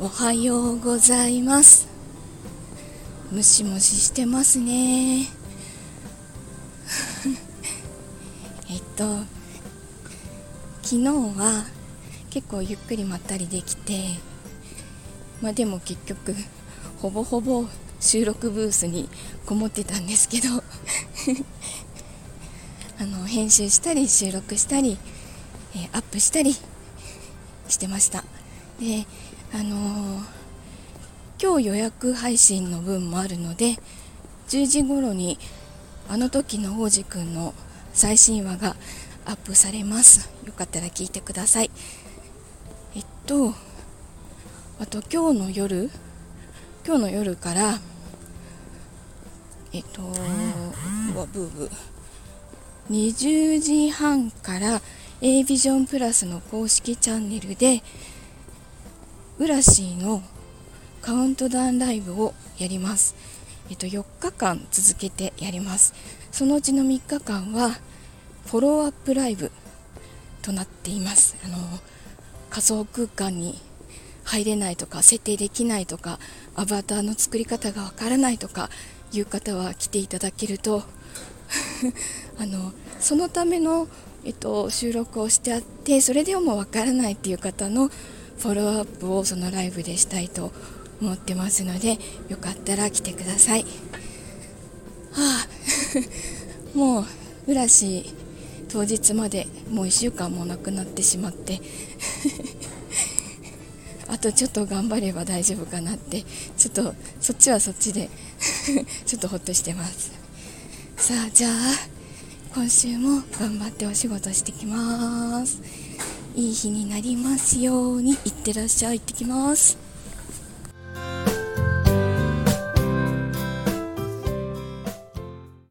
おはようございます。ムシムシしてますね。昨日は結構ゆっくりまったりできて、でも結局ほぼほぼ収録ブースにこもってたんですけど編集したり収録したり、アップしたりしてました。で、今日予約配信の分もあるので、10時頃にあの時の王子くんの最新話がアップされます。よかったら聞いてください。あと今日の夜からブーブー20時半から A ビジョンプラスの公式チャンネルでウラシーのカウントダウンライブをやります。4日間続けてやります。そのうちの3日間はフォローアップライブとなっています。仮想空間に入れないとか、設定できないとか、アバターの作り方がわからないとかいう方は来ていただけるとそのための、収録をしてあって、それでもわからないっていう方のフォローアップをそのライブでしたいと思ってますので、よかったら来てください。もう浦市当日までもう1週間もなくなってしまってあとちょっと頑張れば大丈夫かなって、ちょっとそっちはそっちでちょっとほっとしてます。さあ、じゃあ今週も頑張ってお仕事してきます。いい日になりますように。いってらっしゃい。行ってきます。